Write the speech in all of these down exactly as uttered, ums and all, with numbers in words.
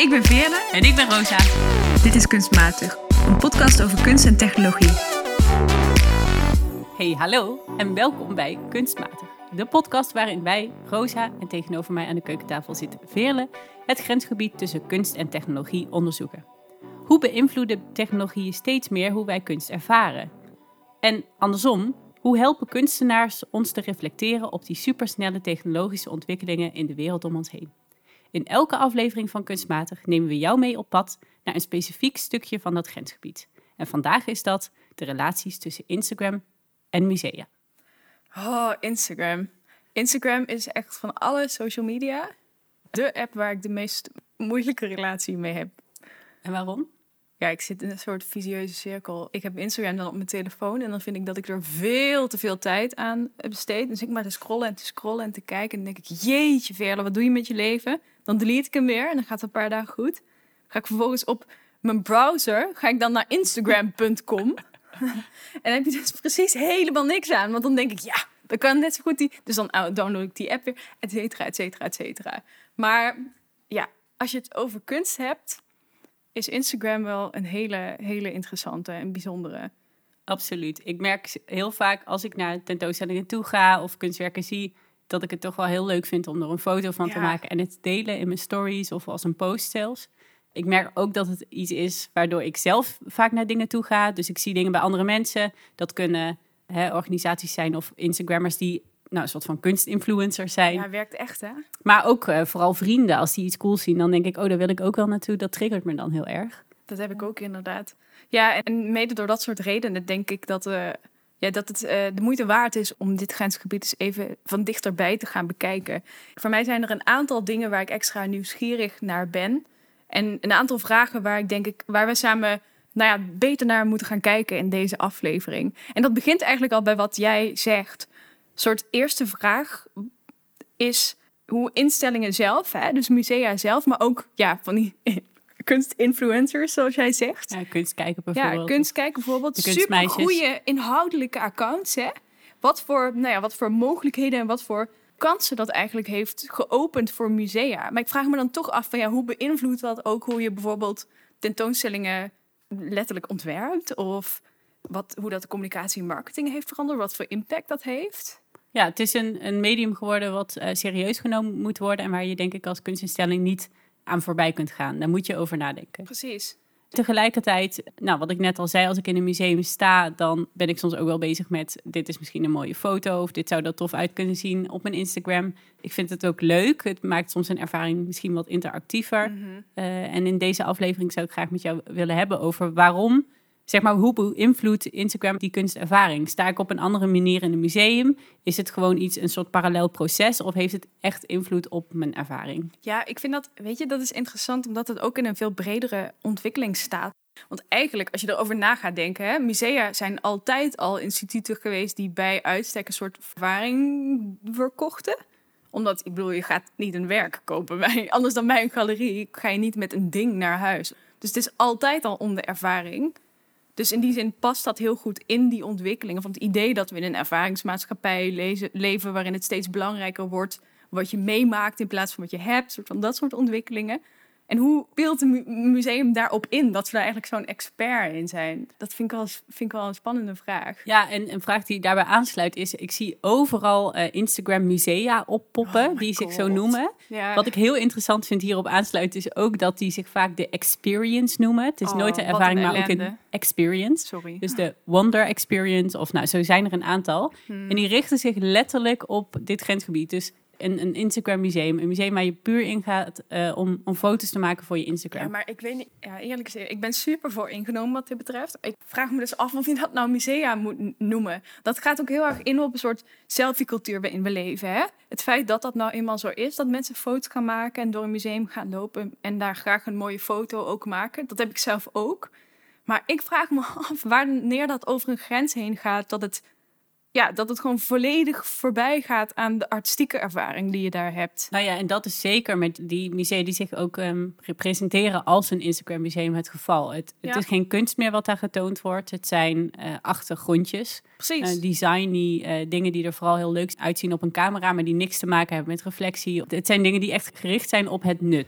Ik ben Veerle. En ik ben Rosa. Dit is Kunstmatig, een podcast over kunst en technologie. Hey, hallo en welkom bij Kunstmatig. De podcast waarin wij, Rosa en tegenover mij aan de keukentafel zit Veerle, het grensgebied tussen kunst en technologie onderzoeken. Hoe beïnvloeden technologieën steeds meer hoe wij kunst ervaren? En andersom, hoe helpen kunstenaars ons te reflecteren op die supersnelle technologische ontwikkelingen in de wereld om ons heen? In elke aflevering van Kunstmatig nemen we jou mee op pad naar een specifiek stukje van dat grensgebied. En vandaag is dat de relaties tussen Instagram en musea. Oh, Instagram. Instagram is echt van alle social media de app waar ik de meest moeilijke relatie mee heb. En waarom? Ja, ik zit in een soort visieuze cirkel. Ik heb Instagram dan op mijn telefoon en dan vind ik dat ik er veel te veel tijd aan besteed. Dus ik maar te scrollen en te scrollen en te kijken. En dan denk ik, jeetje Veerle, wat doe je met je leven? Dan delete ik hem weer en dan gaat het een paar dagen goed. Ga ik vervolgens op mijn browser, ga ik dan naar instagram punt com. En dan heb je dus precies helemaal niks aan. Want dan denk ik, ja, dan kan net zo goed die... Dus dan download ik die app weer, et cetera, et cetera, et cetera. Maar ja, als je het over kunst hebt, is Instagram wel een hele, hele interessante en bijzondere. Absoluut. Ik merk heel vaak als ik naar tentoonstellingen toe ga of kunstwerken zie, dat ik het toch wel heel leuk vind om er een foto van te Ja. maken en het te delen in mijn stories of als een post zelfs. Ik merk ook dat het iets is waardoor ik zelf vaak naar dingen toe ga. Dus ik zie dingen bij andere mensen. Dat kunnen hè, organisaties zijn of Instagrammers die nou, een soort van kunstinfluencers zijn. Ja, werkt echt, hè? Maar ook uh, vooral vrienden. Als die iets cools zien, dan denk ik, oh, daar wil ik ook wel naartoe. Dat triggert me dan heel erg. Dat heb ik ook inderdaad. Ja, en mede door dat soort redenen denk ik dat, uh, ja, dat het uh, de moeite waard is om dit grensgebied eens even van dichterbij te gaan bekijken. Voor mij zijn er een aantal dingen waar ik extra nieuwsgierig naar ben. En een aantal vragen waar ik denk ik, waar we samen nou ja, beter naar moeten gaan kijken in deze aflevering. En dat begint eigenlijk al bij wat jij zegt. Een soort eerste vraag is hoe instellingen zelf, hè, dus musea zelf, maar ook ja, van die kunstinfluencers, zoals jij zegt. Ja, kunst kijken bijvoorbeeld. Ja, kunst kijken bijvoorbeeld. De Super kunstmeisjes. goede inhoudelijke accounts, hè? Wat voor, nou ja, wat voor mogelijkheden en wat voor kansen dat eigenlijk heeft geopend voor musea. Maar ik vraag me dan toch af van ja, hoe beïnvloedt dat ook hoe je bijvoorbeeld tentoonstellingen letterlijk ontwerpt of wat, hoe dat de communicatie en marketing heeft veranderd, wat voor impact dat heeft? Ja, het is een, een medium geworden wat uh, serieus genomen moet worden en waar je denk ik als kunstinstelling niet aan voorbij kunt gaan. Daar moet je over nadenken. Precies. Tegelijkertijd, nou wat ik net al zei, als ik in een museum sta, dan ben ik soms ook wel bezig met dit is misschien een mooie foto of dit zou er tof uit kunnen zien op mijn Instagram. Ik vind het ook leuk. Het maakt soms een ervaring misschien wat interactiever. Mm-hmm. Uh, en in deze aflevering zou ik graag met jou willen hebben over waarom, zeg maar, hoe beïnvloedt Instagram die kunstervaring? Sta ik op een andere manier in een museum? Is het gewoon iets, een soort parallel proces? Of heeft het echt invloed op mijn ervaring? Ja, ik vind dat, weet je, dat is interessant omdat het ook in een veel bredere ontwikkeling staat. Want eigenlijk, als je erover na gaat denken, hè, musea zijn altijd al instituten geweest die bij uitstek een soort ervaring verkochten. Omdat, ik bedoel, je gaat niet een werk kopen bij, anders dan bij een galerie, ga je niet met een ding naar huis. Dus het is altijd al om de ervaring. Dus in die zin past dat heel goed in die ontwikkeling. Van het idee dat we in een ervaringsmaatschappij lezen, leven waarin het steeds belangrijker wordt wat je meemaakt in plaats van wat je hebt. Soort van dat soort ontwikkelingen. En hoe speelt een mu- museum daarop in? Dat we daar eigenlijk zo'n expert in zijn. Dat vind ik wel, vind ik wel een spannende vraag. Ja, en een vraag die daarbij aansluit is, ik zie overal uh, Instagram musea oppoppen, Oh my die zich God. zo noemen. Ja. Wat ik heel interessant vind hierop aansluit is ook dat die zich vaak de experience noemen. Het is Oh, nooit een wat ervaring, een maar ook ellende. een experience. Sorry. Dus de Wonder Experience, of nou, zo zijn er een aantal. Hmm. En die richten zich letterlijk op dit grensgebied. Dus een, een Instagram museum, een museum waar je puur ingaat uh, om, om foto's te maken voor je Instagram. Ja, maar ik weet niet, ja, eerlijk gezegd, ik ben super voor ingenomen wat dit betreft. Ik vraag me dus af of je dat nou musea moet n- noemen. Dat gaat ook heel erg in op een soort selfie-cultuur waarin we leven. Hè? Het feit dat dat nou eenmaal zo is, dat mensen foto's gaan maken en door een museum gaan lopen en daar graag een mooie foto ook maken. Dat heb ik zelf ook. Maar ik vraag me af wanneer dat over een grens heen gaat, dat het, ja, dat het gewoon volledig voorbij gaat aan de artistieke ervaring die je daar hebt. Nou ja, en dat is zeker met die musea die zich ook um, representeren als een Instagram museum het geval. Het, het Ja. is geen kunst meer wat daar getoond wordt. Het zijn uh, achtergrondjes. Precies. Uh, designy uh, dingen die er vooral heel leuk uitzien op een camera, maar die niks te maken hebben met reflectie. Het zijn dingen die echt gericht zijn op het nut.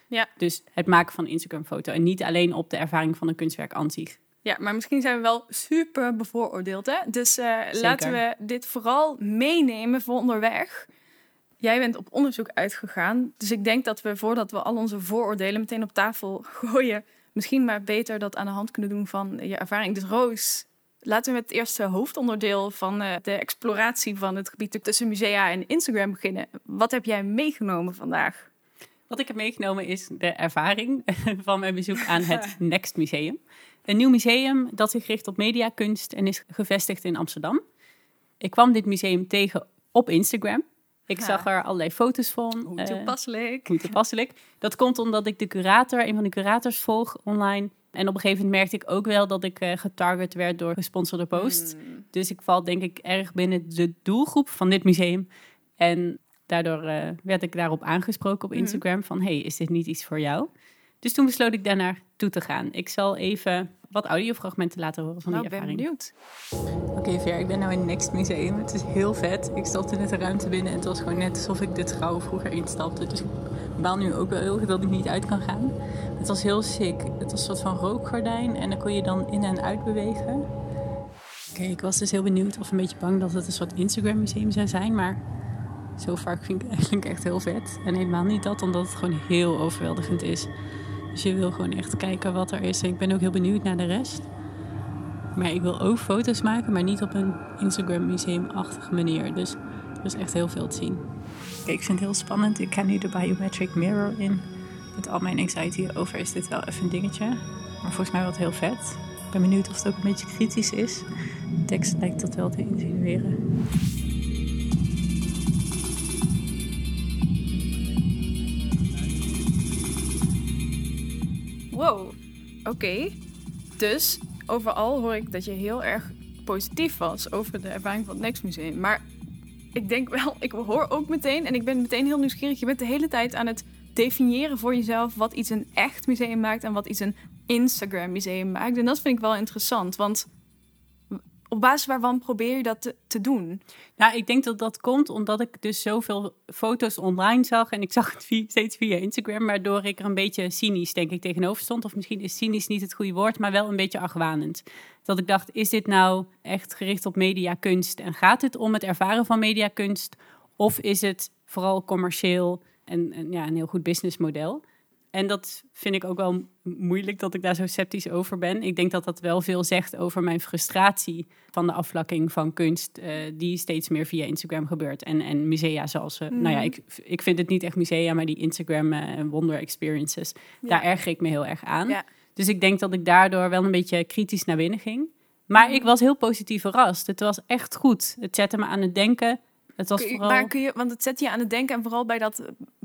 Ja. Dus het maken van een Instagram-foto en niet alleen op de ervaring van een kunstwerk aan zich. Ja, maar misschien zijn we wel super bevooroordeeld, hè? Dus uh, laten we dit vooral meenemen voor onderweg. Jij bent op onderzoek uitgegaan, dus ik denk dat we voordat we al onze vooroordelen meteen op tafel gooien, misschien maar beter dat aan de hand kunnen doen van je ervaring. Dus Roos, laten we met het eerste hoofdonderdeel van uh, de exploratie van het gebied tussen musea en Instagram beginnen. Wat heb jij meegenomen vandaag? Wat ik heb meegenomen is de ervaring van mijn bezoek aan het Next Museum. Een nieuw museum dat zich richt op mediakunst en is gevestigd in Amsterdam. Ik kwam dit museum tegen op Instagram. Ik ja. zag er allerlei foto's van. Hoe toepasselijk. Uh, hoe toepasselijk. Dat komt omdat ik de curator, een van de curators volg online. En op een gegeven moment merkte ik ook wel dat ik uh, getarget werd door gesponsorde posts. Mm. Dus ik val denk ik erg binnen de doelgroep van dit museum. En daardoor uh, werd ik daarop aangesproken op Instagram mm. van, hey, is dit niet iets voor jou? Dus toen besloot ik daarnaar toe te gaan. Ik zal even wat audiofragmenten laten horen van nou, die ervaring. Ik ben benieuwd. Oké, okay, Ver, ik ben nu in het Next Museum. Het is heel vet. Ik stapte net de ruimte binnen en het was gewoon net alsof ik dit gebouw vroeger instapte. Dus ik baal nu ook wel heel erg dat ik niet uit kan gaan. Het was heel sick. Het was een soort van rookgordijn en dan kon je dan in en uit bewegen. Oké, okay, ik was dus heel benieuwd of een beetje bang dat het een soort Instagram museum zou zijn, maar zo vaak vind ik het eigenlijk echt heel vet. En helemaal niet dat, omdat het gewoon heel overweldigend is. Dus je wil gewoon echt kijken wat er is. En ik ben ook heel benieuwd naar de rest. Maar ik wil ook foto's maken, maar niet op een Instagram museum-achtige manier. Dus er is echt heel veel te zien. Kijk, ik vind het heel spannend. Ik ga nu de biometric mirror in. Met al mijn anxiety over is dit wel even een dingetje. Maar volgens mij wel heel vet. Ik ben benieuwd of het ook een beetje kritisch is. De tekst lijkt dat wel te insinueren. Wow, oké. Okay. Dus overal hoor ik dat je heel erg positief was over de ervaring van het Next Museum. Maar ik denk wel, ik hoor ook meteen, en ik ben meteen heel nieuwsgierig, je bent de hele tijd aan het definiëren voor jezelf wat iets een echt museum maakt en wat iets een Instagram museum maakt. En dat vind ik wel interessant, want op basis waarvan probeer je dat te, te doen? Nou, ik denk dat dat komt omdat ik dus zoveel foto's online zag. En ik zag het via, steeds via Instagram, waardoor ik er een beetje cynisch, denk ik, tegenover stond. Of misschien is cynisch niet het goede woord, maar wel een beetje argwanend. Dat ik dacht, is dit nou echt gericht op mediakunst? En gaat het om het ervaren van mediakunst? Of is het vooral commercieel en, en ja, een heel goed businessmodel? En dat vind ik ook wel moeilijk dat ik daar zo sceptisch over ben. Ik denk dat dat wel veel zegt over mijn frustratie van de afvlakking van kunst, uh, die steeds meer via Instagram gebeurt. En, en musea zoals, uh, mm. nou ja, ik, ik vind het niet echt musea, maar die Instagram en uh, wonder experiences, ja. Daar erger ik me heel erg aan. Ja. Dus ik denk dat ik daardoor wel een beetje kritisch naar binnen ging. Maar mm. ik was heel positief verrast. Het was echt goed. Het zette me aan het denken. Het was kun je, vooral... Maar kun je, want het zet je aan het denken en vooral bij dat...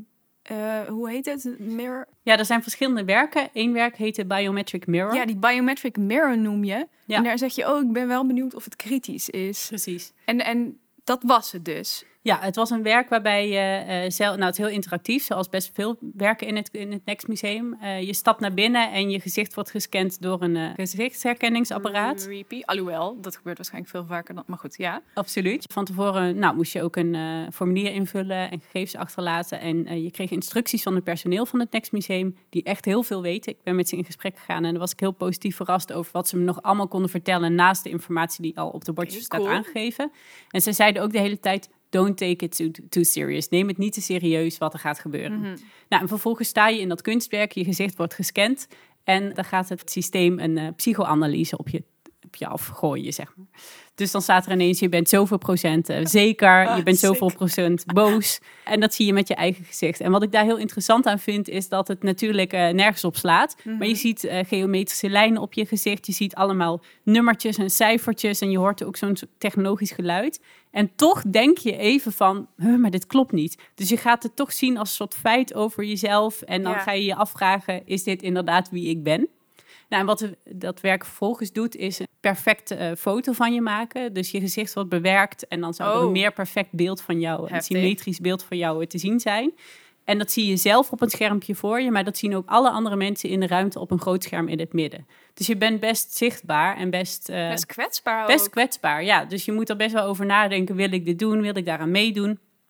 Uh, hoe heet het? Mirror? Ja, er zijn verschillende werken. Eén werk heet de Biometric Mirror. Ja, die Biometric Mirror noem je. Ja. En daar zeg je, oh, ik ben wel benieuwd of het kritisch is. Precies. En, en dat was het dus. Ja, het was een werk waarbij je uh, zelf... Nou, het is heel interactief, zoals best veel werken in het, in het Next Museum. Uh, je stapt naar binnen en je gezicht wordt gescand door een uh, gezichtsherkenningsapparaat. Creepy. Alhoewel, dat gebeurt waarschijnlijk veel vaker dan... Maar goed, ja. Absoluut. Van tevoren nou, moest je ook een uh, formulier invullen en gegevens achterlaten. En uh, je kreeg instructies van het personeel van het Next Museum, die echt heel veel weten. Ik ben met ze in gesprek gegaan en daar was ik heel positief verrast over wat ze me nog allemaal konden vertellen naast de informatie die al op de bordjes okay, staat cool. aangegeven. En ze zeiden ook de hele tijd... Don't take it too, too serious. Neem het niet te serieus wat er gaat gebeuren. Mm-hmm. Nou, en vervolgens sta je in dat kunstwerk, je gezicht wordt gescand en dan gaat het systeem een uh, psychoanalyse op je, op je afgooien, zeg maar. Dus dan staat er ineens, je bent zoveel procent uh, zeker, ah, je bent zoveel sick. procent boos. En dat zie je met je eigen gezicht. En wat ik daar heel interessant aan vind, is dat het natuurlijk uh, nergens op slaat. Mm-hmm. Maar je ziet uh, geometrische lijnen op je gezicht. Je ziet allemaal nummertjes en cijfertjes. En je hoort ook zo'n technologisch geluid. En toch denk je even van, huh, maar dit klopt niet. Dus je gaat het toch zien als een soort feit over jezelf. En dan ja. ga je je afvragen, is dit inderdaad wie ik ben? Nou, en wat dat werk vervolgens doet, is een perfecte uh, foto van je maken. Dus je gezicht wordt bewerkt en dan zou er oh. een meer perfect beeld van jou, Heftig. een symmetrisch beeld van jou te zien zijn. En dat zie je zelf op een schermpje voor je, maar dat zien ook alle andere mensen in de ruimte op een groot scherm in het midden. Dus je bent best zichtbaar en best... Uh, best kwetsbaar ook. Best kwetsbaar, ja. Dus je moet er best wel over nadenken, wil ik dit doen, wil ik daaraan meedoen?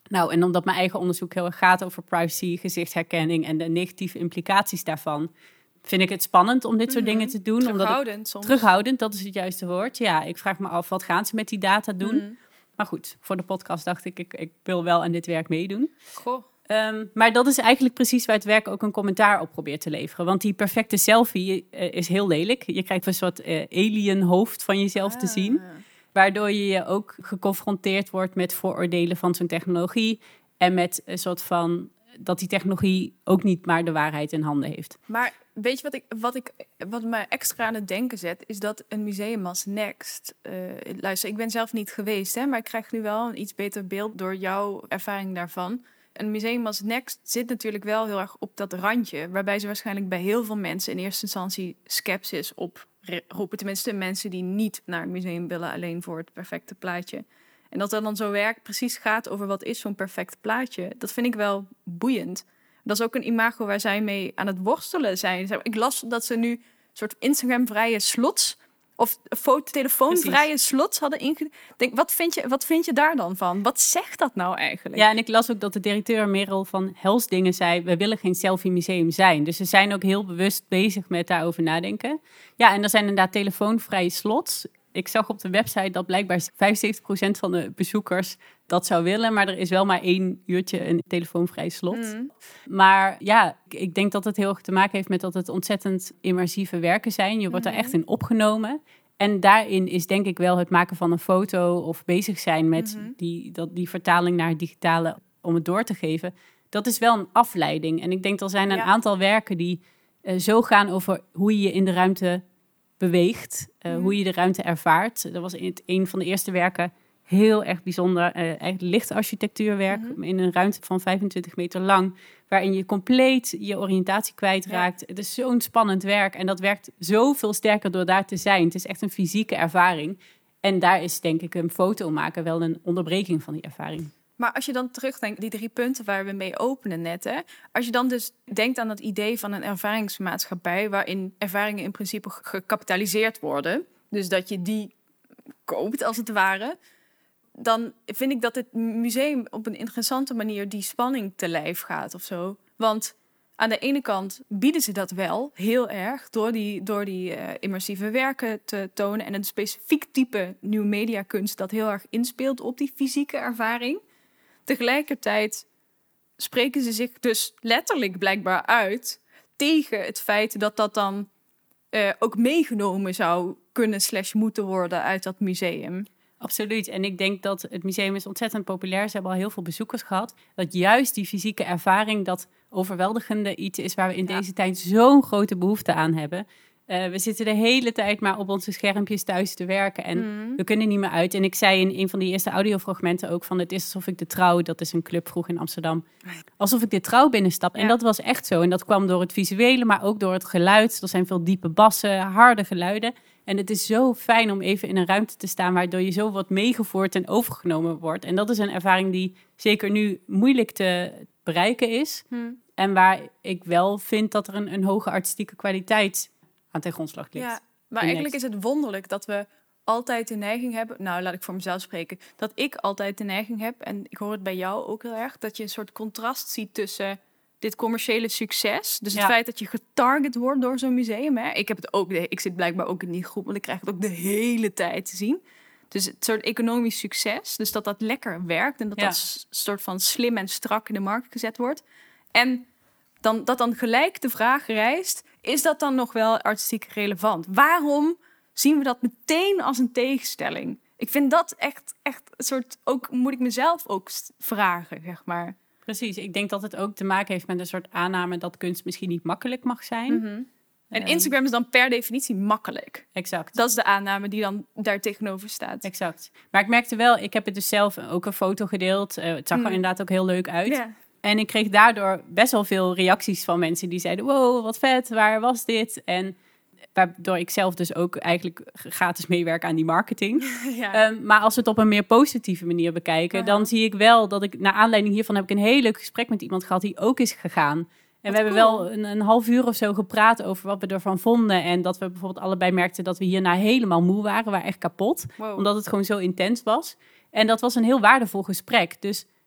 Nou, en omdat mijn eigen onderzoek heel erg gaat over privacy, gezichtsherkenning en de negatieve implicaties daarvan, vind ik het spannend om dit soort Mm-hmm. dingen te doen. Terughoudend omdat ik, soms. Terughoudend, dat is het juiste woord. Ja, ik vraag me af, wat gaan ze met die data doen? Mm. Maar goed, voor de podcast dacht ik, ik, ik wil wel aan dit werk meedoen. Goh. Um, maar dat is eigenlijk precies waar het werk ook een commentaar op probeert te leveren. Want die perfecte selfie uh, is heel lelijk. Je krijgt een soort uh, alien hoofd van jezelf Ah. te zien. Waardoor je je ook geconfronteerd wordt met vooroordelen van zo'n technologie. En met een soort van dat die technologie ook niet maar de waarheid in handen heeft. Maar weet je wat, ik, wat, ik, wat me extra aan het denken zet, is dat een museum als Next... Uh, luister, ik ben zelf niet geweest, hè, maar ik krijg nu wel een iets beter beeld door jouw ervaring daarvan. Een museum als Next zit natuurlijk wel heel erg op dat randje, waarbij ze waarschijnlijk bij heel veel mensen in eerste instantie sceptisch op roepen. Tenminste, mensen die niet naar het museum willen alleen voor het perfecte plaatje. En dat er dan zo werk precies gaat over wat is zo'n perfect plaatje, dat vind ik wel boeiend. Dat is ook een imago waar zij mee aan het worstelen zijn. Ik las dat ze nu een soort Instagram-vrije slots of foto-telefoonvrije slots hadden inge... Denk, wat vind je, wat vind je daar dan van? Wat zegt dat nou eigenlijk? Ja, en ik las ook dat de directeur Merel van Helsdingen zei, we willen geen selfie museum zijn. Dus ze zijn ook heel bewust bezig met daarover nadenken. Ja, en er zijn inderdaad telefoonvrije slots. Ik zag op de website dat blijkbaar vijfenzeventig procent van de bezoekers dat zou willen. Maar er is wel maar één uurtje een telefoonvrij slot. Mm. Maar ja, ik denk dat het heel erg te maken heeft met dat het ontzettend immersieve werken zijn. Je wordt mm. er echt in opgenomen. En daarin is denk ik wel het maken van een foto of bezig zijn met mm-hmm. die, dat, die vertaling naar het digitale om het door te geven. Dat is wel een afleiding. En ik denk er zijn een ja. aantal werken die uh, zo gaan over hoe je je in de ruimte beweegt, uh, mm. hoe je de ruimte ervaart. Dat was in het, een van de eerste werken heel erg bijzonder. Uh, eigenlijk lichtarchitectuurwerk mm-hmm. in een ruimte van vijfentwintig meter lang, waarin je compleet je oriëntatie kwijtraakt. Ja. Het is zo'n spannend werk en dat werkt zoveel sterker door daar te zijn. Het is echt een fysieke ervaring. En daar is denk ik een foto maken wel een onderbreking van die ervaring. Maar als je dan terugdenkt, die drie punten waar we mee openen net, hè, als je dan dus denkt aan het idee van een ervaringsmaatschappij, waarin ervaringen in principe gecapitaliseerd worden, dus dat je die koopt als het ware, dan vind ik dat het museum op een interessante manier die spanning te lijf gaat of zo. Want aan de ene kant bieden ze dat wel heel erg door die, door die uh, immersieve werken te tonen en een specifiek type nieuw media kunst dat heel erg inspeelt op die fysieke ervaring. Tegelijkertijd spreken ze zich dus letterlijk blijkbaar uit tegen het feit dat dat dan uh, ook meegenomen zou kunnen slash moeten worden uit dat museum. Absoluut. En ik denk dat het museum is ontzettend populair. Ze hebben al heel veel bezoekers gehad. Dat juist die fysieke ervaring, dat overweldigende iets is waar we in ja. deze tijd zo'n grote behoefte aan hebben. Uh, we zitten de hele tijd maar op onze schermpjes thuis te werken en mm. we kunnen niet meer uit. En ik zei in een van die eerste audiofragmenten ook van het is alsof ik de Trouw, dat is een club vroeg in Amsterdam, alsof ik de Trouw binnenstap. Ja. En dat was echt zo. En dat kwam door het visuele, maar ook door het geluid. Er zijn veel diepe bassen, harde geluiden. En het is zo fijn om even in een ruimte te staan waardoor je zo wat meegevoerd en overgenomen wordt. En dat is een ervaring die zeker nu moeilijk te bereiken is. Mm. En waar ik wel vind dat er een, een hoge artistieke kwaliteit aan ten grondslag ligt. Ja, maar eigenlijk is het wonderlijk dat we altijd de neiging hebben, nou laat ik voor mezelf spreken, dat ik altijd de neiging heb, en ik hoor het bij jou ook heel erg, dat je een soort contrast ziet tussen dit commerciële succes, dus ja. het feit dat je getarget wordt door zo'n museum. Hè. Ik heb het ook, ik zit blijkbaar ook in die groep, want ik krijg het ook de hele tijd te zien. Dus het soort economisch succes, dus dat dat lekker werkt en dat ja. dat soort van slim en strak in de markt gezet wordt. En dan, dat dan gelijk de vraag rijst, is dat dan nog wel artistiek relevant? Waarom zien we dat meteen als een tegenstelling? Ik vind dat echt, echt een soort, ook moet ik mezelf ook vragen, zeg maar. Precies, ik denk dat het ook te maken heeft met een soort aanname dat kunst misschien niet makkelijk mag zijn. Mm-hmm. En Instagram is dan per definitie makkelijk. Exact. Dat is de aanname die dan daar tegenover staat. Exact. Maar ik merkte wel, ik heb het dus zelf ook een foto gedeeld. Uh, het zag mm. er inderdaad ook heel leuk uit. Yeah. En ik kreeg daardoor best wel veel reacties van mensen die zeiden, wow, wat vet, waar was dit? En waardoor ik zelf dus ook eigenlijk gratis meewerk aan die marketing. Ja. Um, maar als we het op een meer positieve manier bekijken, uh-huh. dan zie ik wel dat ik, naar aanleiding hiervan heb ik een heel leuk gesprek met iemand gehad die ook is gegaan. En wat we hebben cool. wel een, een half uur of zo gepraat over wat we ervan vonden. En dat we bijvoorbeeld allebei merkten dat we hierna helemaal moe waren. We waren echt kapot. Wow. Omdat het gewoon zo intens was. En dat was een heel waardevol gesprek. Dus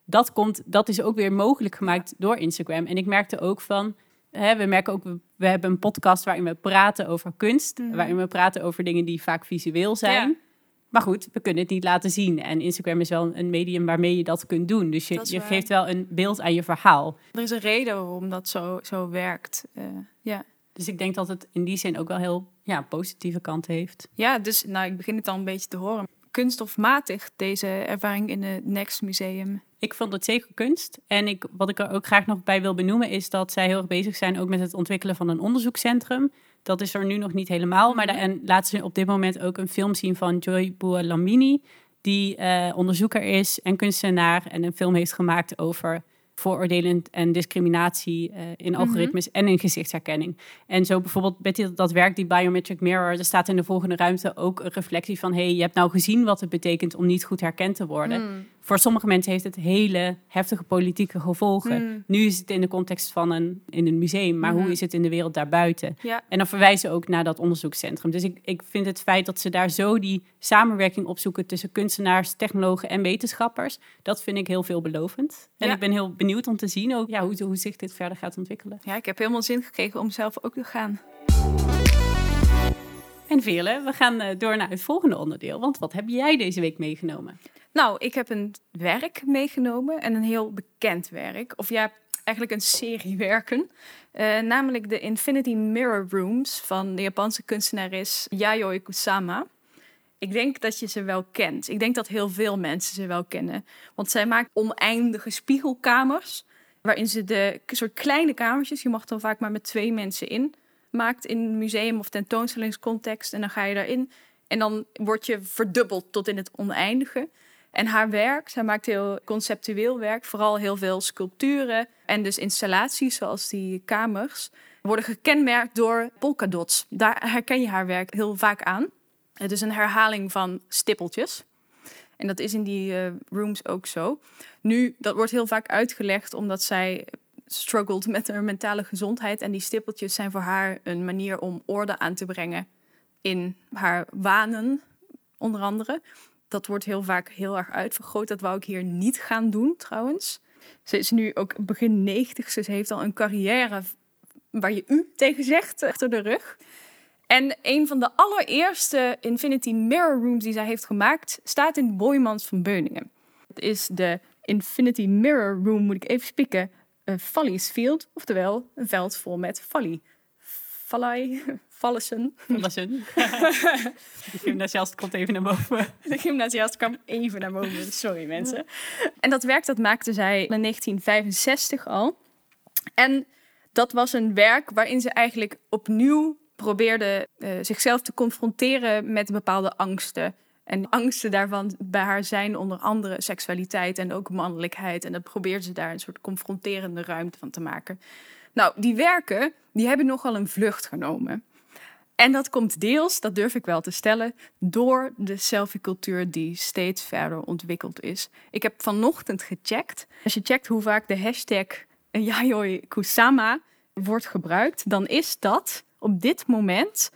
dat, komt, dat is ook weer mogelijk gemaakt door Instagram. En ik merkte ook van... Hè, we merken ook, we hebben een podcast waarin we praten over kunst. Mm. Waarin we praten over dingen die vaak visueel zijn. Ja. Maar goed, we kunnen het niet laten zien. En Instagram is wel een medium waarmee je dat kunt doen. Dus je, je geeft wel een beeld aan je verhaal. Er is een reden waarom dat zo, zo werkt. Uh, ja. Dus ik denk dat het in die zin ook wel heel ja, positieve kant heeft. Ja, dus nou, ik begin het al een beetje te horen. Kunststofmatig, deze ervaring in het Next Museum? Ik vond het zeker kunst. En ik, wat ik er ook graag nog bij wil benoemen... is dat zij heel erg bezig zijn ook met het ontwikkelen van een onderzoekscentrum. Dat is er nu nog niet helemaal. Maar daar, en laten ze op dit moment ook een film zien van Joy Buolamwini... die uh, onderzoeker is en kunstenaar... en een film heeft gemaakt over vooroordelen en discriminatie... Uh, in algoritmes mm-hmm. en in gezichtsherkenning. En zo bijvoorbeeld met die, dat werk, die Biometric Mirror... er staat in de volgende ruimte ook een reflectie van... hey, je hebt nou gezien wat het betekent om niet goed herkend te worden... Mm. Voor sommige mensen heeft het hele heftige politieke gevolgen. Mm. Nu is het in de context van een, in een museum, maar mm. hoe is het in de wereld daarbuiten? Ja. En dan verwijzen ze ook naar dat onderzoekscentrum. Dus ik, ik vind het feit dat ze daar zo die samenwerking opzoeken... tussen kunstenaars, technologen en wetenschappers... dat vind ik heel veelbelovend. En ja. ik ben heel benieuwd om te zien ook, ja, hoe, hoe zich dit verder gaat ontwikkelen. Ja, ik heb helemaal zin gekregen om zelf ook te gaan. En Veerle, we gaan door naar het volgende onderdeel. Want wat heb jij deze week meegenomen? Nou, ik heb een werk meegenomen en een heel bekend werk. Of ja, eigenlijk een serie werken. Uh, namelijk de Infinity Mirror Rooms van de Japanse kunstenares Yayoi Kusama. Ik denk dat je ze wel kent. Ik denk dat heel veel mensen ze wel kennen. Want zij maakt oneindige spiegelkamers. Waarin ze de soort kleine kamertjes, je mag dan vaak maar met twee mensen in... maakt in een museum of tentoonstellingscontext. En dan ga je daarin en dan word je verdubbeld tot in het oneindige... En haar werk, zij maakt heel conceptueel werk, vooral heel veel sculpturen en dus installaties zoals die kamers, worden gekenmerkt door polkadots. Daar herken je haar werk heel vaak aan. Het is een herhaling van stippeltjes. En dat is in die uh, rooms ook zo. Nu, dat wordt heel vaak uitgelegd omdat zij struggelt met haar mentale gezondheid. En die stippeltjes zijn voor haar een manier om orde aan te brengen in haar wanen, onder andere. Dat wordt heel vaak heel erg uitvergroot. Dat wou ik hier niet gaan doen, trouwens. Ze is nu ook begin negentig. Ze heeft al een carrière waar je u tegen zegt, achter de rug. En een van de allereerste Infinity Mirror Rooms die zij heeft gemaakt... staat in Boijmans van Beuningen. Het is de Infinity Mirror Room, moet ik even spieken... Uh, Follies Field, oftewel een veld vol met folly. Vallei, Vallessen. Vallessen. De gymnasiast komt even naar boven. De gymnasiast kwam even naar boven. Sorry mensen. En dat werk dat maakte zij in negentien vijfenzestig al. En dat was een werk waarin ze eigenlijk opnieuw probeerde uh, zichzelf te confronteren met bepaalde angsten. En angsten daarvan bij haar zijn onder andere seksualiteit en ook mannelijkheid. En dat probeerde ze daar een soort confronterende ruimte van te maken. Nou, die werken, die hebben nogal een vlucht genomen. En dat komt deels, dat durf ik wel te stellen, door de selfie-cultuur die steeds verder ontwikkeld is. Ik heb vanochtend gecheckt. Als je checkt hoe vaak de hashtag Yayoi Kusama wordt gebruikt, dan is dat op dit moment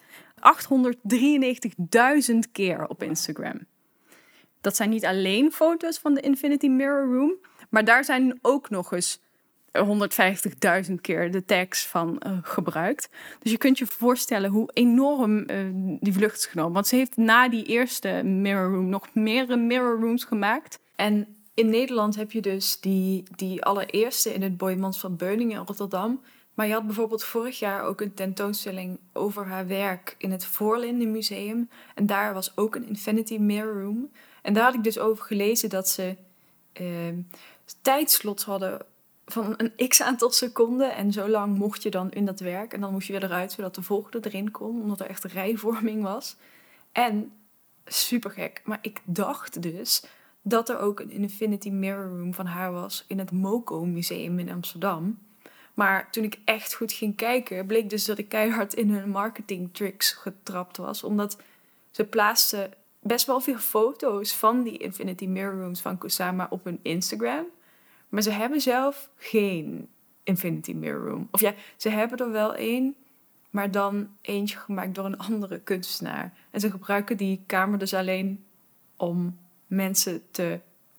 achthonderddrieënnegentigduizend keer op Instagram. Dat zijn niet alleen foto's van de Infinity Mirror Room, maar daar zijn ook nog eens honderdvijftigduizend keer de tags van uh, gebruikt. Dus je kunt je voorstellen hoe enorm uh, die vlucht is genomen. Want ze heeft na die eerste Mirror Room nog meerdere Mirror Rooms gemaakt. En in Nederland heb je dus die, die allereerste in het Boijmans van Beuningen in Rotterdam. Maar je had bijvoorbeeld vorig jaar ook een tentoonstelling over haar werk in het Voorlinden Museum. En daar was ook een Infinity Mirror Room. En daar had ik dus over gelezen dat ze uh, tijdslots hadden van een x-aantal seconden. En zo lang mocht je dan in dat werk. En dan moest je weer eruit, zodat de volgende erin kon. Omdat er echt rijvorming was. En, super gek, maar ik dacht dus dat er ook een Infinity Mirror Room van haar was in het MoCo Museum in Amsterdam. Maar toen ik echt goed ging kijken, bleek dus dat ik keihard in hun marketing tricks getrapt was. Omdat ze plaatsten best wel veel foto's van die Infinity Mirror Rooms van Kusama op hun Instagram. Maar ze hebben zelf geen Infinity Mirror Room. Of ja, ze hebben er wel één, maar dan eentje gemaakt door een andere kunstenaar. En ze gebruiken die kamer dus alleen om mensen te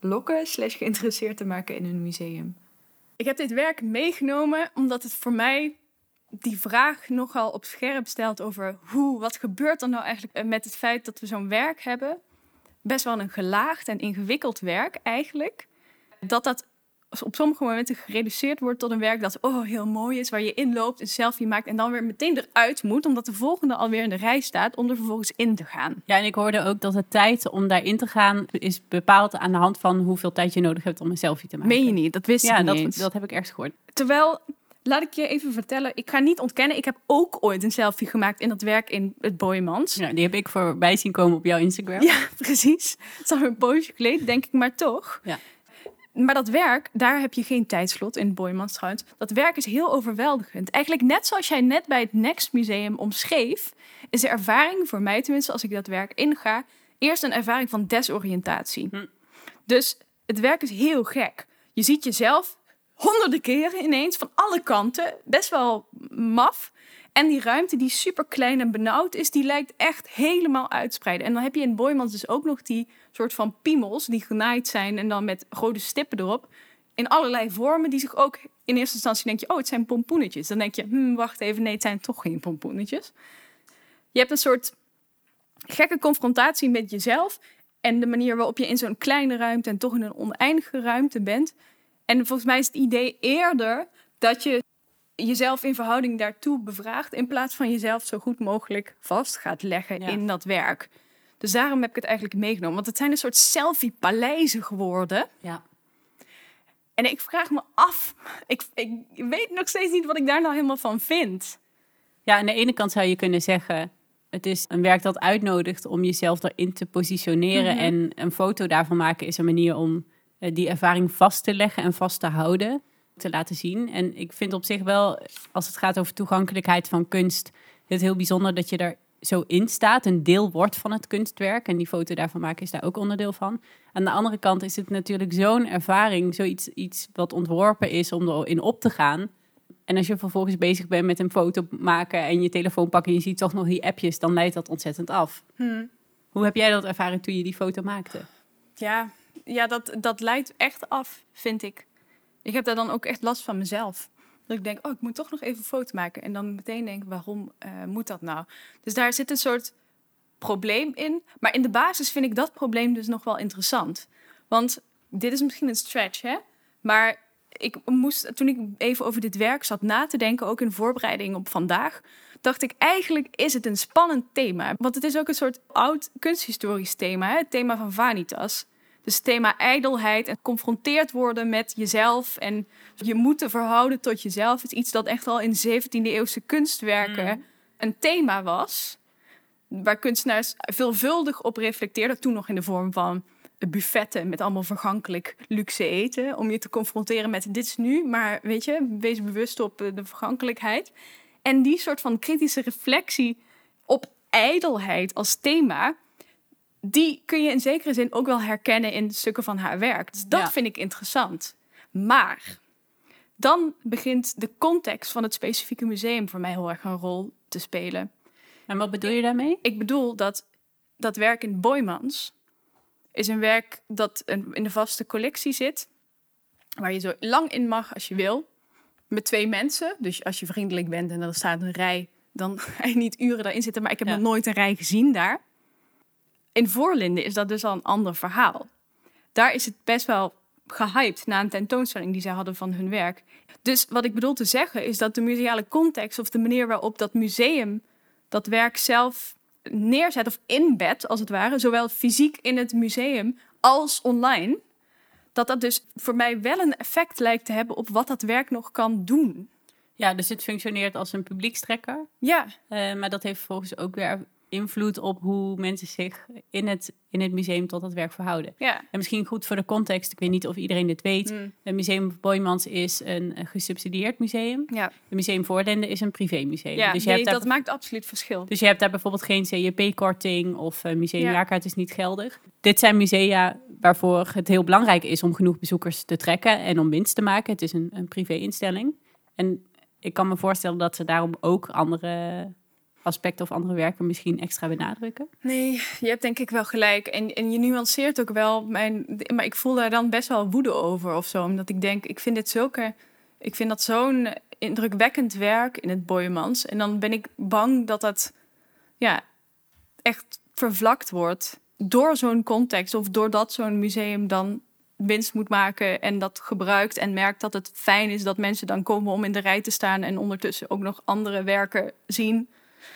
lokken slash geïnteresseerd te maken in een museum. Ik heb dit werk meegenomen omdat het voor mij die vraag nogal op scherp stelt over hoe, wat gebeurt er nou eigenlijk met het feit dat we zo'n werk hebben. Best wel een gelaagd en ingewikkeld werk eigenlijk. Dat dat op sommige momenten gereduceerd wordt tot een werk dat oh, heel mooi is, waar je inloopt, een selfie maakt en dan weer meteen eruit moet, omdat de volgende alweer in de rij staat om er vervolgens in te gaan. Ja, en ik hoorde ook dat de tijd om daarin te gaan is bepaald aan de hand van hoeveel tijd je nodig hebt om een selfie te maken. Meen je niet? Dat wist ja, ik niet dat, eens. dat heb ik ergens gehoord. Terwijl, laat ik je even vertellen, ik ga niet ontkennen, ik heb ook ooit een selfie gemaakt in dat werk in het Boijmans. Ja, die heb ik voorbij zien komen op jouw Instagram. Ja, precies. Het is al een poosje geleden, denk ik, maar toch. Ja. Maar dat werk, daar heb je geen tijdslot in het Boijmans trouwens. Dat werk is heel overweldigend. Eigenlijk net zoals jij net bij het Next Museum omschreef, is de ervaring, voor mij tenminste, als ik dat werk inga, eerst een ervaring van desoriëntatie. Hm. Dus het werk is heel gek. Je ziet jezelf honderden keren ineens, van alle kanten, best wel maf. En die ruimte die super klein en benauwd is, die lijkt echt helemaal uitspreiden. En dan heb je in Boijmans dus ook nog die soort van piemels die genaaid zijn en dan met rode stippen erop. In allerlei vormen die zich ook in eerste instantie denk je, oh, het zijn pompoenetjes. Dan denk je, hm, wacht even, nee, het zijn toch geen pompoenetjes. Je hebt een soort gekke confrontatie met jezelf en de manier waarop je in zo'n kleine ruimte en toch in een oneindige ruimte bent. En volgens mij is het idee eerder dat je jezelf in verhouding daartoe bevraagt, in plaats van jezelf zo goed mogelijk vast gaat leggen ja. in dat werk. Dus daarom heb ik het eigenlijk meegenomen. Want het zijn een soort selfie-paleizen geworden. Ja. En ik vraag me af, ik, ik weet nog steeds niet wat ik daar nou helemaal van vind. Ja, aan de ene kant zou je kunnen zeggen, het is een werk dat uitnodigt om jezelf erin te positioneren. Mm-hmm. En een foto daarvan maken is een manier om uh, die ervaring vast te leggen en vast te houden, te laten zien. En ik vind op zich wel, als het gaat over toegankelijkheid van kunst, het heel bijzonder dat je er zo in staat, een deel wordt van het kunstwerk. En die foto daarvan maken is daar ook onderdeel van. Aan de andere kant is het natuurlijk zo'n ervaring, zoiets iets wat ontworpen is om erin op te gaan. En als je vervolgens bezig bent met een foto maken en je telefoon pakken en je ziet toch nog die appjes, dan leidt dat ontzettend af. Hmm. Hoe heb jij dat ervaren toen je die foto maakte? Ja, ja dat, dat leidt echt af, vind ik. Ik heb daar dan ook echt last van mezelf. Dat ik denk, oh, ik moet toch nog even een foto maken. En dan meteen denk, waarom uh, moet dat nou? Dus daar zit een soort probleem in. Maar in de basis vind ik dat probleem dus nog wel interessant. Want dit is misschien een stretch, hè? Maar ik moest, toen ik even over dit werk zat na te denken, ook in voorbereiding op vandaag, dacht ik, eigenlijk is het een spannend thema. Want het is ook een soort oud kunsthistorisch thema, hè? Het thema van Vanitas. Dus het thema ijdelheid en geconfronteerd worden met jezelf en je moeten verhouden tot jezelf is iets dat echt al in zeventiende eeuwse kunstwerken mm. een thema was. Waar kunstenaars veelvuldig op reflecteerden. Toen nog in de vorm van buffetten met allemaal vergankelijk luxe eten. Om je te confronteren met dit is nu, maar weet je, wees bewust op de vergankelijkheid. En die soort van kritische reflectie op ijdelheid als thema, die kun je in zekere zin ook wel herkennen in stukken van haar werk. Dus dat ja. vind ik interessant. Maar dan begint de context van het specifieke museum voor mij heel erg een rol te spelen. En wat bedoel je daarmee? Ik bedoel dat dat werk in Boijmans is een werk dat in de vaste collectie zit, waar je zo lang in mag als je wil, met twee mensen. Dus als je vriendelijk bent en er staat een rij, dan ga je niet uren daarin zitten. Maar ik heb ja. nog nooit een rij gezien daar. In Voorlinden is dat dus al een ander verhaal. Daar is het best wel gehyped na een tentoonstelling die zij hadden van hun werk. Dus wat ik bedoel te zeggen is dat de museale context of de manier waarop dat museum dat werk zelf neerzet of inbedt, als het ware, zowel fysiek in het museum als online, dat dat dus voor mij wel een effect lijkt te hebben op wat dat werk nog kan doen. Ja, dus het functioneert als een publiekstrekker. Ja. Uh, maar dat heeft vervolgens ook weer invloed op hoe mensen zich in het, in het museum tot dat werk verhouden. Ja. En misschien goed voor de context, ik weet niet of iedereen dit weet. Mm. Het Museum Boijmans is een, een gesubsidieerd museum. Ja. Het Museum Voorlinden is een privémuseum. Ja, dus je nee, hebt daar, dat maakt absoluut verschil. Dus je hebt daar bijvoorbeeld geen C J P-korting of uh, museumjaarkaart is niet geldig. Dit zijn musea waarvoor het heel belangrijk is om genoeg bezoekers te trekken en om winst te maken. Het is een, een privé-instelling. En ik kan me voorstellen dat ze daarom ook andere aspecten of andere werken misschien extra benadrukken? Nee, je hebt denk ik wel gelijk. En, en je nuanceert ook wel mijn... Maar ik voel daar dan best wel woede over of zo. Omdat ik denk, ik vind dit zulke... Ik vind dat zo'n indrukwekkend werk in het Boijemans. En dan ben ik bang dat dat ja, echt vervlakt wordt door zo'n context. Of doordat zo'n museum dan winst moet maken en dat gebruikt en merkt dat het fijn is dat mensen dan komen om in de rij te staan en ondertussen ook nog andere werken zien.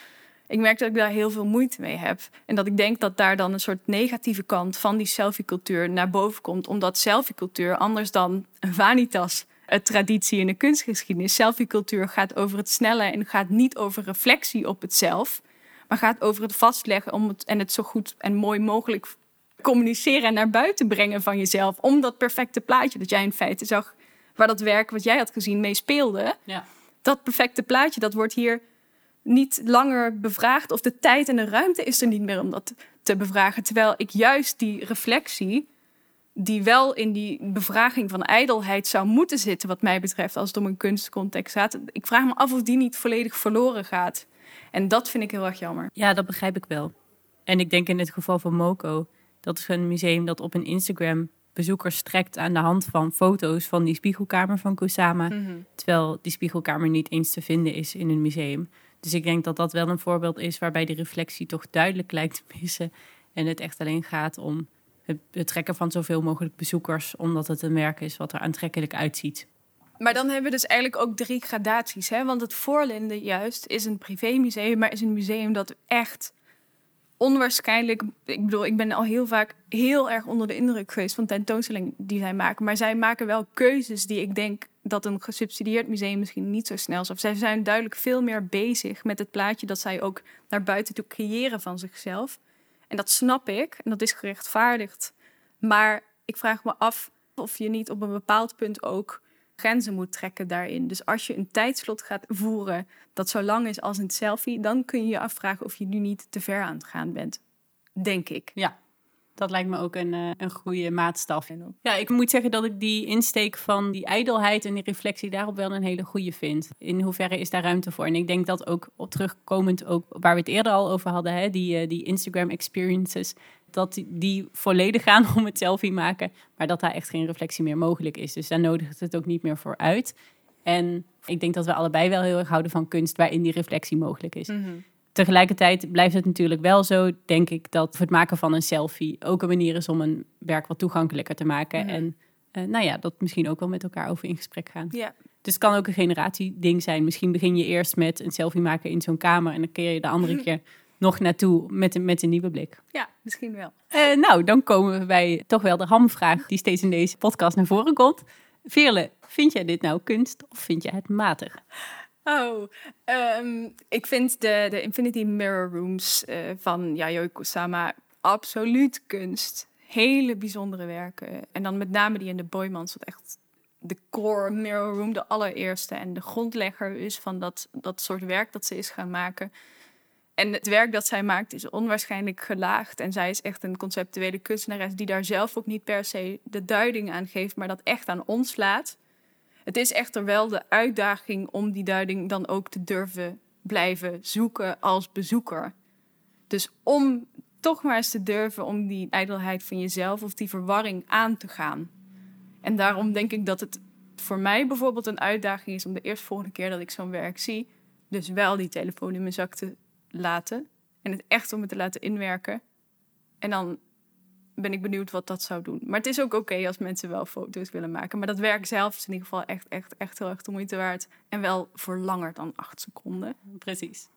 Ik merk dat ik daar heel veel moeite mee heb. En dat ik denk dat daar dan een soort negatieve kant van die selfie-cultuur naar boven komt. Omdat selfie-cultuur, anders dan een vanitas, een traditie in de kunstgeschiedenis. Selfie-cultuur gaat over het snelle en gaat niet over reflectie op het zelf. Maar gaat over het vastleggen om het, en het zo goed en mooi mogelijk communiceren en naar buiten brengen van jezelf. Om dat perfecte plaatje dat jij in feite zag, waar dat werk wat jij had gezien mee speelde. Ja. Dat perfecte plaatje, dat wordt hier niet langer bevraagd. Of de tijd en de ruimte is er niet meer om dat te bevragen. Terwijl ik juist die reflectie, die wel in die bevraging van ijdelheid zou moeten zitten, wat mij betreft, als het om een kunstcontext gaat. Ik vraag me af of die niet volledig verloren gaat. En dat vind ik heel erg jammer. Ja, dat begrijp ik wel. En ik denk in het geval van MoCo, dat is een museum dat op een Instagram bezoekers trekt aan de hand van foto's van die spiegelkamer van Kusama. Mm-hmm. Terwijl die spiegelkamer niet eens te vinden is in een museum. Dus ik denk dat dat wel een voorbeeld is waarbij die reflectie toch duidelijk lijkt te missen. En het echt alleen gaat om het, het trekken van zoveel mogelijk bezoekers, omdat het een werk is wat er aantrekkelijk uitziet. Maar dan hebben we dus eigenlijk ook drie gradaties. Hè? Want het Voorlinden juist is een privémuseum, maar is een museum dat echt onwaarschijnlijk... Ik bedoel, ik ben al heel vaak heel erg onder de indruk geweest van tentoonstellingen die zij maken. Maar zij maken wel keuzes die ik denk dat een gesubsidieerd museum misschien niet zo snel zou. Zij zijn duidelijk veel meer bezig met het plaatje dat zij ook naar buiten toe creëren van zichzelf. En dat snap ik en dat is gerechtvaardigd. Maar ik vraag me af of je niet op een bepaald punt ook grenzen moet trekken daarin. Dus als je een tijdslot gaat voeren dat zo lang is als een selfie, dan kun je je afvragen of je nu niet te ver aan het gaan bent. Denk ik. Ja, dat lijkt me ook een, uh, een goede maatstaf. Ja, ik moet zeggen dat ik die insteek van die ijdelheid en die reflectie daarop wel een hele goede vind. In hoeverre is daar ruimte voor? En ik denk dat ook op terugkomend, ook waar we het eerder al over hadden, hè, die, uh, die Instagram experiences, dat die, die volledig gaan om het selfie maken, maar dat daar echt geen reflectie meer mogelijk is. Dus daar nodigt het ook niet meer voor uit. En ik denk dat we allebei wel heel erg houden van kunst waarin die reflectie mogelijk is. Mm-hmm. Tegelijkertijd blijft het natuurlijk wel zo, denk ik, dat het maken van een selfie ook een manier is om een werk wat toegankelijker te maken. Mm-hmm. En uh, nou ja, dat misschien ook wel met elkaar over in gesprek gaan. Yeah. Dus het kan ook een generatieding zijn. Misschien begin je eerst met een selfie maken in zo'n kamer en dan keer je de andere mm-hmm. keer nog naartoe met een, met een nieuwe blik. Ja, misschien wel. Uh, nou, dan komen we bij toch wel de hamvraag die steeds in deze podcast naar voren komt. Veerle, vind jij dit nou kunst of vind jij het matig? Oh, um, ik vind de, de Infinity Mirror Rooms uh, van Yayoi Kusama absoluut kunst. Hele bijzondere werken. En dan met name die in de Boijemans, wat echt de core Mirror Room, de allereerste en de grondlegger is van dat, dat soort werk dat ze is gaan maken. En het werk dat zij maakt is onwaarschijnlijk gelaagd. En zij is echt een conceptuele kunstenares die daar zelf ook niet per se de duiding aan geeft, maar dat echt aan ons laat. Het is echter wel de uitdaging om die duiding dan ook te durven blijven zoeken als bezoeker. Dus om toch maar eens te durven om die ijdelheid van jezelf of die verwarring aan te gaan. En daarom denk ik dat het voor mij bijvoorbeeld een uitdaging is om de eerstvolgende keer dat ik zo'n werk zie, dus wel die telefoon in mijn zak te laten en het echt om me te laten inwerken. En dan ben ik benieuwd wat dat zou doen. Maar het is ook oké okay als mensen wel foto's willen maken. Maar dat werk zelf is in ieder geval echt, echt, echt heel erg de moeite waard. En wel voor langer dan acht seconden. Precies.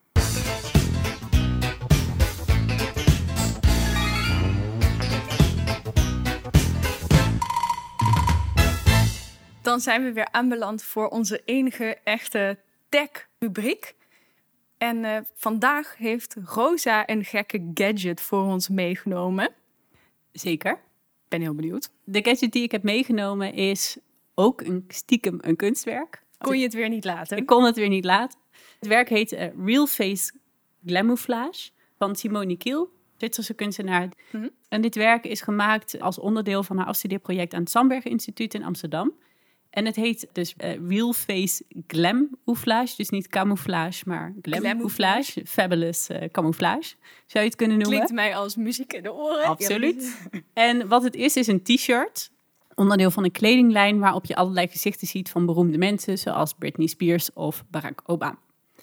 Dan zijn we weer aanbeland voor onze enige echte tech-rubriek. En uh, vandaag heeft Rosa een gekke gadget voor ons meegenomen. Zeker. Ik ben heel benieuwd. De gadget die ik heb meegenomen is ook een stiekem een kunstwerk. Kon je het weer niet laten? Ik kon het weer niet laten. Het werk heet uh, Real Face Glamouflage van Simone Kiel, Zwitserse kunstenaar. Mm-hmm. En dit werk is gemaakt als onderdeel van haar afstudeerproject aan het Sandberg Instituut in Amsterdam. En het heet dus uh, Real Face Glamouflage. Dus niet camouflage, maar glamouflage. Fabulous uh, camouflage, zou je het kunnen noemen. Klinkt mij als muziek in de oren. Absoluut. En wat het is, is een t-shirt. Onderdeel van een kledinglijn waarop je allerlei gezichten ziet van beroemde mensen. Zoals Britney Spears of Barack Obama.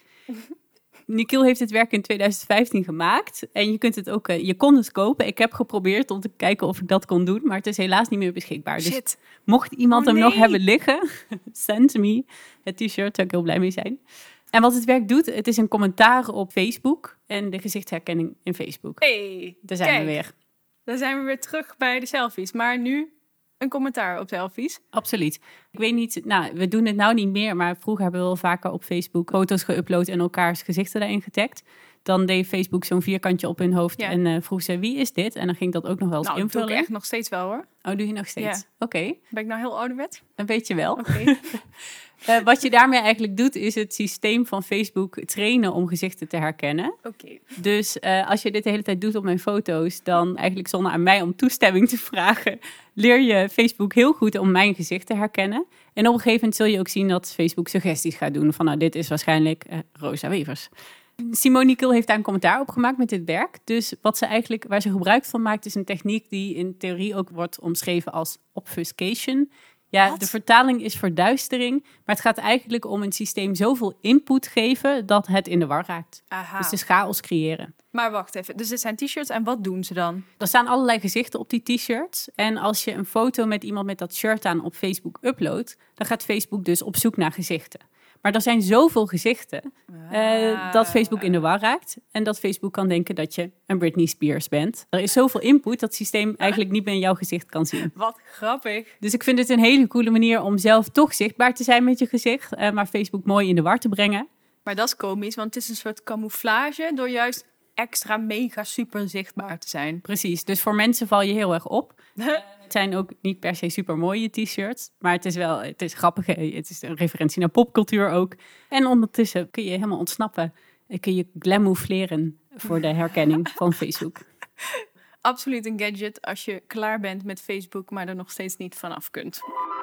Nikhil heeft het werk in twintig vijftien gemaakt. En je kunt het ook, uh, je kon het kopen. Ik heb geprobeerd om te kijken of ik dat kon doen. Maar het is helaas niet meer beschikbaar. Shit. Dus mocht iemand oh, hem nee. nog hebben liggen, send me het t-shirt. Zou ik heel blij mee zijn. En wat het werk doet, het is een commentaar op Facebook. En de gezichtsherkenning in Facebook. Hey, Daar zijn kijk, we weer. Dan zijn we weer terug bij de selfies. Maar nu een commentaar op selfies. Absoluut. Ik weet niet, nou, we doen het nou niet meer, maar vroeger hebben we wel vaker op Facebook foto's geüpload en elkaars gezichten daarin getagd. Dan deed Facebook zo'n vierkantje op hun hoofd ja. en uh, vroeg ze, wie is dit? En dan ging ik dat ook nog wel eens nou, invullen. Nou, dat doe ik echt nog steeds wel hoor. Oh, doe je nog steeds? Ja. Oké. Okay. Ben ik nou heel ouderwet? Een beetje wel. Oké. Okay. uh, wat je daarmee eigenlijk doet, is het systeem van Facebook trainen om gezichten te herkennen. Oké. Okay. Dus uh, als je dit de hele tijd doet op mijn foto's, dan eigenlijk zonder aan mij om toestemming te vragen, leer je Facebook heel goed om mijn gezicht te herkennen. En op een gegeven moment zul je ook zien dat Facebook suggesties gaat doen van, nou, dit is waarschijnlijk uh, Rosa Wevers. Simone Nikhil heeft daar een commentaar op gemaakt met dit werk. Dus wat ze eigenlijk, waar ze gebruik van maakt, is een techniek die in theorie ook wordt omschreven als obfuscation. Ja, Wat? De vertaling is verduistering, maar het gaat eigenlijk om een systeem zoveel input geven dat het in de war raakt. Aha. Dus dus chaos creëren. Maar wacht even, dus dit zijn t-shirts en wat doen ze dan? Er staan allerlei gezichten op die t-shirts. En als je een foto met iemand met dat shirt aan op Facebook uploadt, dan gaat Facebook dus op zoek naar gezichten. Maar er zijn zoveel gezichten uh, dat Facebook in de war raakt. En dat Facebook kan denken dat je een Britney Spears bent. Er is zoveel input dat het systeem eigenlijk niet meer in jouw gezicht kan zien. Wat grappig. Dus ik vind het een hele coole manier om zelf toch zichtbaar te zijn met je gezicht. Uh, maar Facebook mooi in de war te brengen. Maar dat is komisch, want het is een soort camouflage door juist extra mega super zichtbaar te zijn. Precies, dus voor mensen val je heel erg op. Het zijn ook niet per se super mooie t-shirts, maar het is wel, het is grappig. Het is een referentie naar popcultuur ook. En ondertussen kun je helemaal ontsnappen. Kun je glamoufleren voor de herkenning van Facebook. Absoluut een gadget als je klaar bent met Facebook, maar er nog steeds niet vanaf kunt.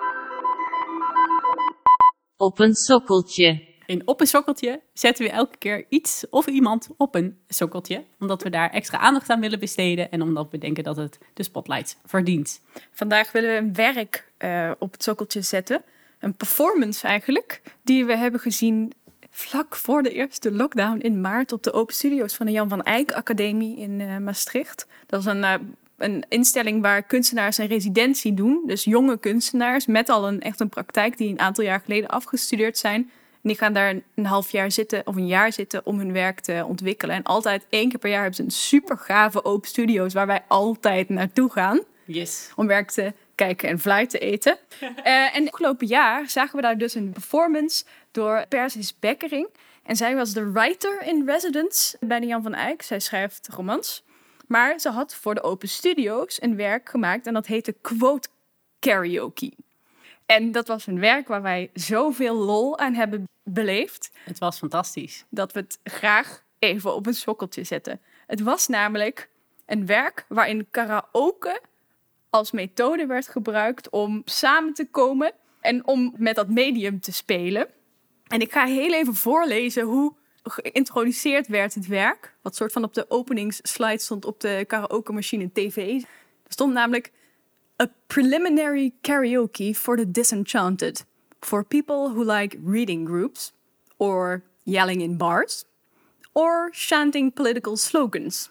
Op een sokkeltje. In Op een sokkeltje zetten we elke keer iets of iemand op een sokkeltje. Omdat we daar extra aandacht aan willen besteden. En omdat we denken dat het de spotlight verdient. Vandaag willen we een werk uh, op het sokkeltje zetten. Een performance eigenlijk. Die we hebben gezien vlak voor de eerste lockdown in maart. Op de Open Studio's van de Jan van Eyck Academie in uh, Maastricht. Dat is een... Uh, Een instelling waar kunstenaars een residentie doen. Dus jonge kunstenaars met al een echt een praktijk die een aantal jaar geleden afgestudeerd zijn. En die gaan daar een half jaar zitten of een jaar zitten om hun werk te ontwikkelen. En altijd één keer per jaar hebben ze een super gave open studio's waar wij altijd naartoe gaan. Yes. Om werk te kijken en fly te eten. uh, en afgelopen jaar zagen we daar dus een performance door Persis Bekkering. En zij was de writer in residence bij de Jan van Eyck. Zij schrijft romans. Maar ze had voor de Open Studio's een werk gemaakt en dat heette Quote Karaoke. En dat was een werk waar wij zoveel lol aan hebben beleefd. Het was fantastisch. Dat we het graag even op een sokkeltje zetten. Het was namelijk een werk waarin karaoke als methode werd gebruikt om samen te komen en om met dat medium te spelen. En ik ga heel even voorlezen hoe geïntroduceerd werd het werk. Wat soort van op de openingsslide stond op de karaoke machine tv. Er stond namelijk a preliminary karaoke for the disenchanted. For people who like reading groups. Or yelling in bars. Or chanting political slogans.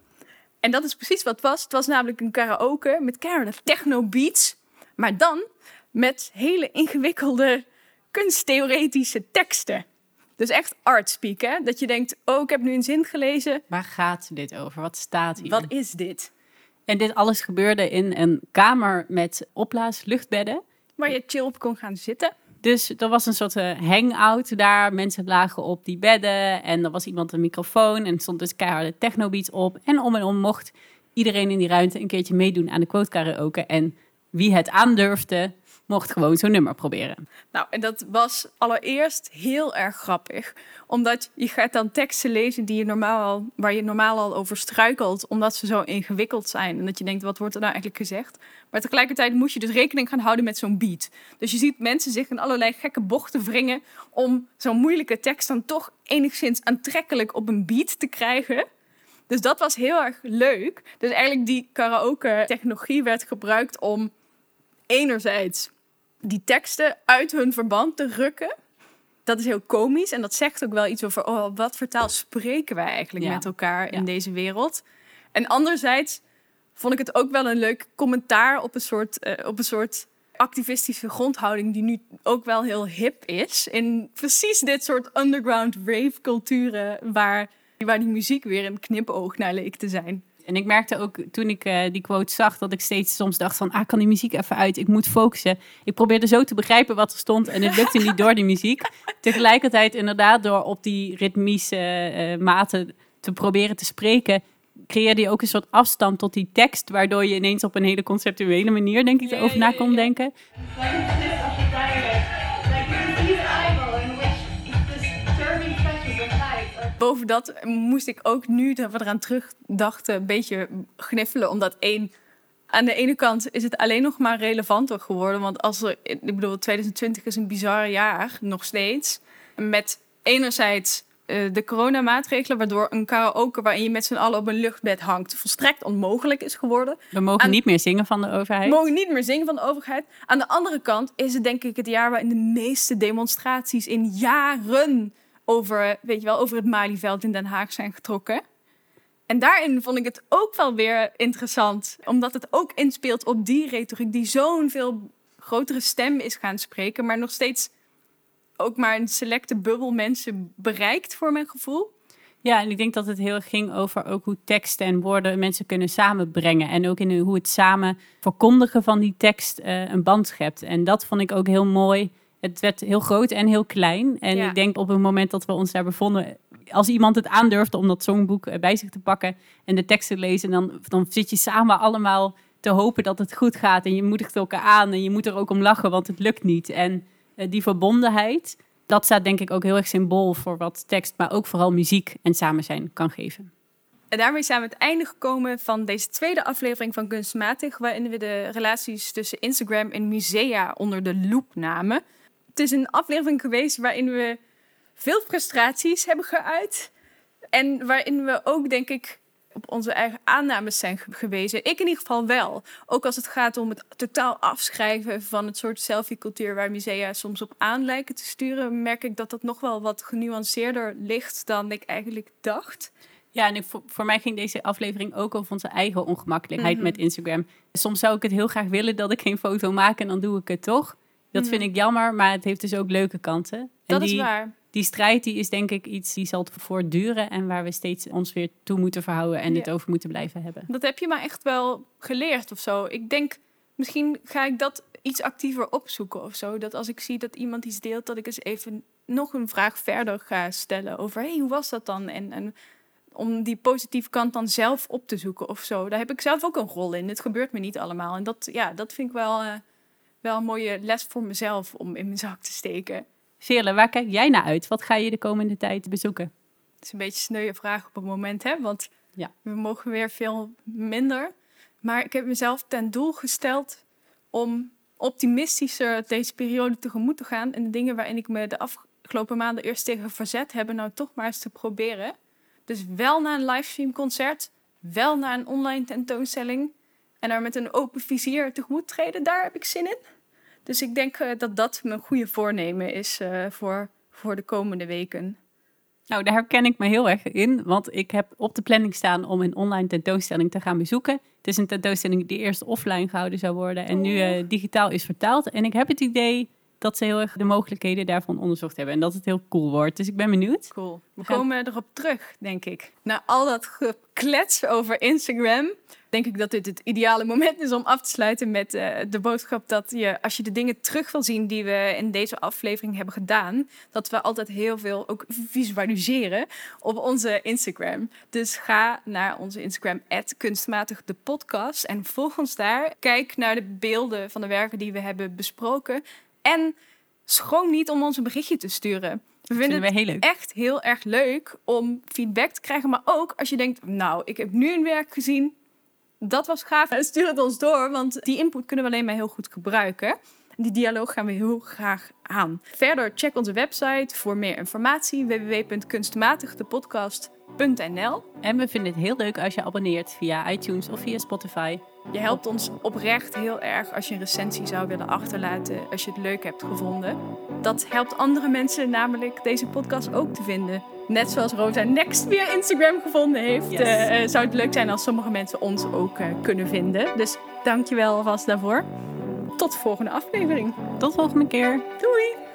En dat is precies wat het was. Het was namelijk een karaoke met keiharde techno beats. Maar dan met hele ingewikkelde kunsttheoretische teksten. Dus echt artspeak, hè? Dat je denkt, oh, ik heb nu een zin gelezen. Waar gaat dit over? Wat staat hier? Wat is dit? En dit alles gebeurde in een kamer met opblaasluchtbedden. Waar je chill op kon gaan zitten. Dus er was een soort uh, hangout daar. Mensen lagen op die bedden en er was iemand een microfoon. En er stond dus keiharde technobeats op. En om en om mocht iedereen in die ruimte een keertje meedoen aan de quote karaoke. En wie het aandurfde, mocht gewoon zo'n nummer proberen. Nou, en dat was allereerst heel erg grappig. Omdat je gaat dan teksten lezen die je normaal al, waar je normaal al over struikelt, omdat ze zo ingewikkeld zijn. En dat je denkt, wat wordt er nou eigenlijk gezegd? Maar tegelijkertijd moet je dus rekening gaan houden met zo'n beat. Dus je ziet mensen zich in allerlei gekke bochten wringen om zo'n moeilijke tekst dan toch enigszins aantrekkelijk op een beat te krijgen. Dus dat was heel erg leuk. Dus eigenlijk die karaoke-technologie werd gebruikt om enerzijds die teksten uit hun verband te rukken. Dat is heel komisch en dat zegt ook wel iets over oh, wat voor taal spreken wij eigenlijk ja. met elkaar in ja. deze wereld. En anderzijds vond ik het ook wel een leuk commentaar op een soort, uh, op een soort activistische grondhouding die nu ook wel heel hip is. In precies dit soort underground rave culturen waar, waar die muziek weer een knipoog naar leek te zijn. En ik merkte ook toen ik uh, die quote zag dat ik steeds soms dacht van ah, kan die muziek even uit, ik moet focussen. Ik probeerde zo te begrijpen wat er stond en het lukte niet door die muziek. Tegelijkertijd inderdaad door op die ritmische uh, maten te proberen te spreken, creëerde je ook een soort afstand tot die tekst, waardoor je ineens op een hele conceptuele manier, denk ik, erover na kon denken. Boven dat moest ik ook nu, dat we eraan terug dachten, een beetje gniffelen. Omdat één, aan de ene kant is het alleen nog maar relevanter geworden. Want als er, ik bedoel, twintig twintig is een bizar jaar, nog steeds. Met enerzijds uh, de coronamaatregelen, waardoor een karaoke waarin je met z'n allen op een luchtbed hangt volstrekt onmogelijk is geworden. We mogen aan, niet meer zingen van de overheid. We mogen niet meer zingen van de overheid. Aan de andere kant is het denk ik het jaar waarin de meeste demonstraties in jaren over, weet je wel, over het Malieveld in Den Haag zijn getrokken. En daarin vond ik het ook wel weer interessant. Omdat het ook inspeelt op die retoriek die zo'n veel grotere stem is gaan spreken. Maar nog steeds ook maar een selecte bubbel mensen bereikt voor mijn gevoel. Ja, en ik denk dat het heel erg ging over ook hoe teksten en woorden mensen kunnen samenbrengen. En ook in hoe het samen verkondigen van die tekst uh, een band schept. En dat vond ik ook heel mooi. Het werd heel groot en heel klein. En ja. ik denk op het moment dat we ons daar bevonden, als iemand het aandurfde om dat songboek bij zich te pakken en de tekst te lezen, dan, dan zit je samen allemaal te hopen dat het goed gaat. En je moedigt elkaar aan en je moet er ook om lachen, want het lukt niet. En uh, die verbondenheid, dat staat denk ik ook heel erg symbool voor wat tekst, maar ook vooral muziek en samen zijn kan geven. En daarmee zijn we aan het einde gekomen van deze tweede aflevering van Kunstmatig, waarin we de relaties tussen Instagram en musea onder de loep namen. Het is een aflevering geweest waarin we veel frustraties hebben geuit. En waarin we ook, denk ik, op onze eigen aannames zijn gewezen. Ik in ieder geval wel. Ook als het gaat om het totaal afschrijven van het soort selfie-cultuur waar musea soms op aan lijken te sturen, merk ik dat dat nog wel wat genuanceerder ligt dan ik eigenlijk dacht. Ja, en ik, voor, voor mij ging deze aflevering ook over onze eigen ongemakkelijkheid mm-hmm. met Instagram. Soms zou ik het heel graag willen dat ik geen foto maak en dan doe ik het toch. Dat vind ik jammer, maar het heeft dus ook leuke kanten. En dat die, is waar. Die strijd die is denk ik iets die zal voortduren en waar we steeds ons weer toe moeten verhouden en ja. het over moeten blijven hebben. Dat heb je maar echt wel geleerd of zo. Ik denk, misschien ga ik dat iets actiever opzoeken of zo. Dat als ik zie dat iemand iets deelt, dat ik eens even nog een vraag verder ga stellen over, hey, hoe was dat dan? En, en om die positieve kant dan zelf op te zoeken of zo. Daar heb ik zelf ook een rol in. Het gebeurt me niet allemaal. En dat, ja, dat vind ik wel, uh, wel een mooie les voor mezelf om in mijn zak te steken. Veerle, waar kijk jij naar uit? Wat ga je de komende tijd bezoeken? Het is een beetje een sneuwe vraag op het moment, hè? Want ja. we mogen weer veel minder. Maar ik heb mezelf ten doel gesteld om optimistischer deze periode tegemoet te gaan. En de dingen waarin ik me de afgelopen maanden eerst tegen verzet heb, nou toch maar eens te proberen. Dus wel naar een livestreamconcert, wel naar een online tentoonstelling en daar met een open vizier tegemoet treden, daar heb ik zin in. Dus ik denk uh, dat dat mijn goede voornemen is uh, voor, voor de komende weken. Nou, daar herken ik me heel erg in, want ik heb op de planning staan om een online tentoonstelling te gaan bezoeken. Het is een tentoonstelling die eerst offline gehouden zou worden en oh. nu uh, digitaal is vertaald. En ik heb het idee dat ze heel erg de mogelijkheden daarvan onderzocht hebben. En dat het heel cool wordt. Dus ik ben benieuwd. Cool. We Gaan- komen erop terug, denk ik. Na al dat geklets over Instagram, denk ik dat dit het ideale moment is om af te sluiten met uh, de boodschap dat je, als je de dingen terug wil zien die we in deze aflevering hebben gedaan, dat we altijd heel veel ook visualiseren op onze Instagram. Dus ga naar onze Instagram, at kunstmatig de podcast, en volg ons daar. Kijk naar de beelden van de werken die we hebben besproken. En schroom niet om ons een berichtje te sturen. We vinden, Vinden we heel het leuk. echt heel erg leuk om feedback te krijgen. Maar ook als je denkt, nou, ik heb nu een werk gezien. Dat was gaaf. Stuur het ons door, want die input kunnen we alleen maar heel goed gebruiken. Die dialoog gaan we heel graag aan. Verder, check onze website voor meer informatie. w w w punt kunstmatigdepodcast punt n l. En we vinden het heel leuk als je abonneert via iTunes of via Spotify. Je helpt ons oprecht heel erg als je een recensie zou willen achterlaten, als je het leuk hebt gevonden. Dat helpt andere mensen namelijk deze podcast ook te vinden. Net zoals Rosa Next via Instagram gevonden heeft, Yes. uh, zou het leuk zijn als sommige mensen ons ook uh, kunnen vinden. Dus dankjewel alvast daarvoor. Tot de volgende aflevering. Tot de volgende keer. Doei!